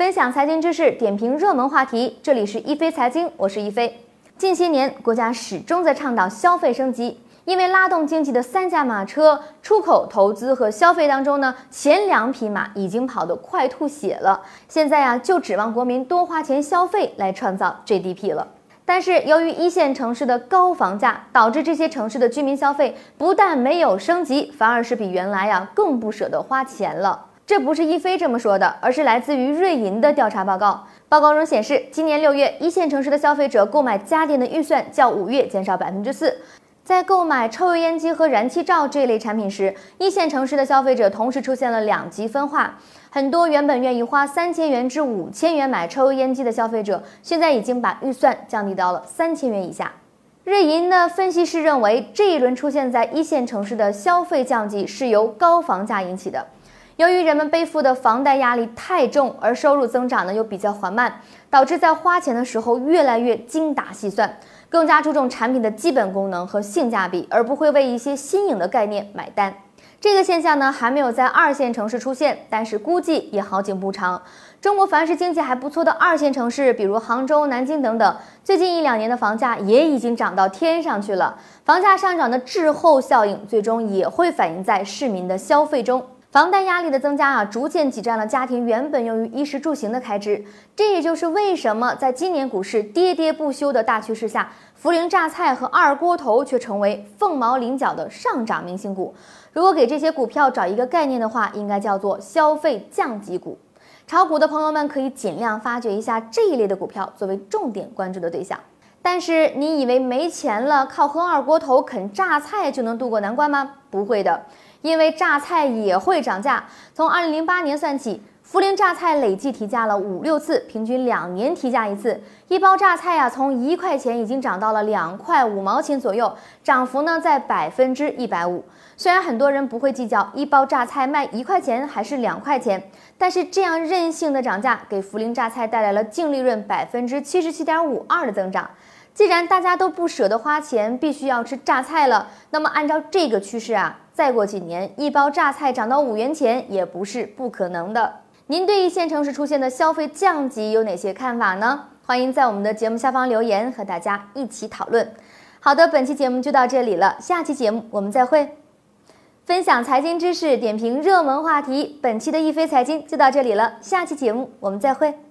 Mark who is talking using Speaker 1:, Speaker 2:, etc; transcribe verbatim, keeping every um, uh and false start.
Speaker 1: 分享财经知识，点评热门话题。这里是一飞财经，我是一飞。近些年，国家始终在倡导消费升级，因为拉动经济的三驾马车——出口、投资和消费当中呢，前两匹马已经跑得快吐血了。现在啊，就指望国民多花钱消费来创造 G D P 了。但是由于一线城市的高房价，导致这些城市的居民消费不但没有升级，反而是比原来呀、啊、更不舍得花钱了。这不是一飞这么说的，而是来自于瑞银的调查报告。报告中显示，今年六月，一线城市的消费者购买家电的预算较五月减少百分之四。在购买抽油烟机和燃气灶这一类产品时，一线城市的消费者同时出现了两极分化。很多原本愿意花三千元至五千元买抽油烟机的消费者，现在已经把预算降低到了三千元以下。瑞银的分析师认为，这一轮出现在一线城市的消费降级是由高房价引起的。由于人们背负的房贷压力太重，而收入增长呢又比较缓慢，导致在花钱的时候越来越精打细算，更加注重产品的基本功能和性价比，而不会为一些新颖的概念买单。这个现象呢还没有在二线城市出现，但是估计也好景不长。中国凡是经济还不错的二线城市，比如杭州、南京等等，最近一两年的房价也已经涨到天上去了。房价上涨的滞后效应，最终也会反映在市民的消费中。房贷压力的增加啊，逐渐挤占了家庭原本用于衣食住行的开支。这也就是为什么在今年股市跌跌不休的大趋势下，涪陵榨菜和二锅头却成为凤毛麟角的上涨明星股。如果给这些股票找一个概念的话，应该叫做消费降级股。炒股的朋友们可以尽量发掘一下这一类的股票作为重点关注的对象。但是你以为没钱了，靠喝二锅头啃榨菜就能渡过难关吗？不会的。因为榨菜也会涨价，从二零零八年算起，涪陵榨菜累计提价了五六次，平均两年提价一次。一包榨菜啊，从一块钱已经涨到了两块五毛钱左右，涨幅呢在百分之一百五。虽然很多人不会计较一包榨菜卖一块钱还是两块钱，但是这样任性的涨价，给涪陵榨菜带来了净利润百分之七十七点五二的增长。既然大家都不舍得花钱，必须要吃榨菜了，那么按照这个趋势啊，再过几年，一包榨菜涨到五元钱也不是不可能的。您对一线城市出现的消费降级有哪些看法呢？欢迎在我们的节目下方留言，和大家一起讨论。好的，本期节目就到这里了，下期节目我们再会。分享财经知识，点评热门话题，本期的一飞财经就到这里了，下期节目我们再会。